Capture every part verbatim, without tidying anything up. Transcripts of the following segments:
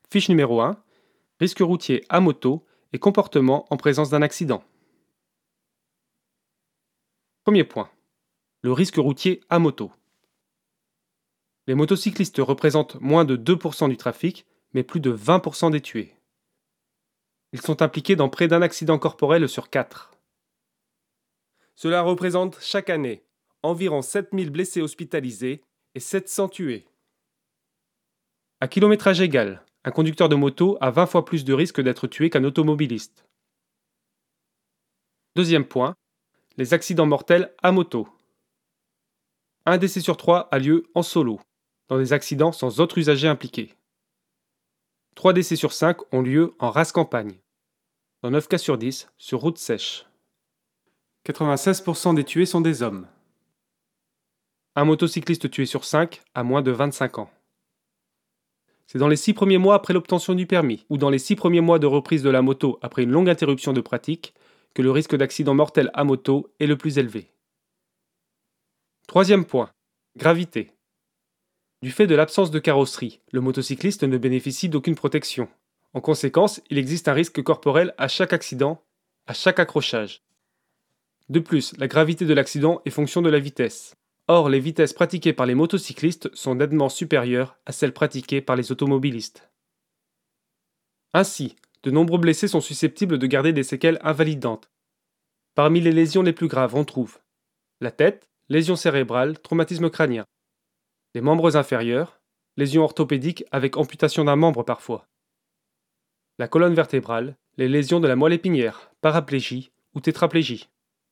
Fiche numéro un. Risque routier à moto et comportement en présence d'un accident. Premier point. Le risque routier à moto. Les motocyclistes représentent moins de deux pour cent du trafic, mais plus de vingt pour cent des tués. Ils sont impliqués dans près d'un accident corporel sur quatre. Cela représente chaque année environ sept mille blessés hospitalisés et sept cents tués. À kilométrage égal, un conducteur de moto a vingt fois plus de risque d'être tué qu'un automobiliste. Deuxième point, les accidents mortels à moto. Un décès sur trois a lieu en solo, dans des accidents sans autres usagers impliqués. Trois décès sur cinq ont lieu en race campagne, dans neuf cas sur dix sur route sèche. quatre-vingt-seize pour cent des tués sont des hommes. Un motocycliste tué sur cinq a moins de vingt-cinq ans. C'est dans les six premiers mois après l'obtention du permis ou dans les six premiers mois de reprise de la moto après une longue interruption de pratique que le risque d'accident mortel à moto est le plus élevé. Troisième point, gravité. Du fait de l'absence de carrosserie, le motocycliste ne bénéficie d'aucune protection. En conséquence, il existe un risque corporel à chaque accident, à chaque accrochage. De plus, la gravité de l'accident est fonction de la vitesse. Or, les vitesses pratiquées par les motocyclistes sont nettement supérieures à celles pratiquées par les automobilistes. Ainsi, de nombreux blessés sont susceptibles de garder des séquelles invalidantes. Parmi les lésions les plus graves, on trouve la tête, lésions cérébrales, traumatisme crânien, les membres inférieurs, lésions orthopédiques avec amputation d'un membre parfois, la colonne vertébrale, les lésions de la moelle épinière, paraplégie ou tétraplégie.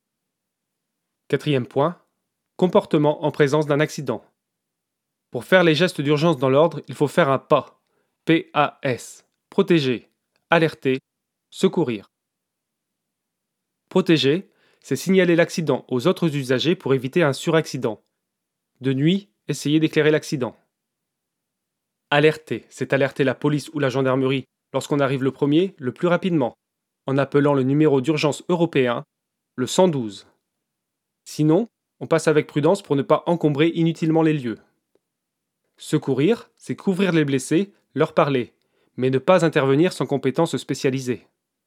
Quatrième point, comportement en présence d'un accident. Pour faire les gestes d'urgence dans l'ordre, il faut faire un P A. P A S. Protéger, alerter, secourir. Protéger, c'est signaler l'accident aux autres usagers pour éviter un suraccident. De nuit, essayer d'éclairer l'accident. Alerter, c'est alerter la police ou la gendarmerie lorsqu'on arrive le premier, le plus rapidement, en appelant le numéro d'urgence européen, le cent douze. Sinon, on passe avec prudence pour ne pas encombrer inutilement les lieux. Secourir, c'est couvrir les blessés, leur parler, mais ne pas intervenir sans compétences spécialisées.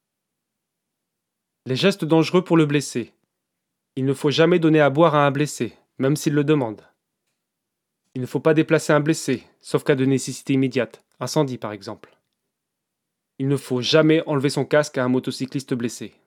Les gestes dangereux pour le blessé. Il ne faut jamais donner à boire à un blessé, même s'il le demande. Il ne faut pas déplacer un blessé, sauf cas de nécessité immédiate, incendie par exemple. Il ne faut jamais enlever son casque à un motocycliste blessé.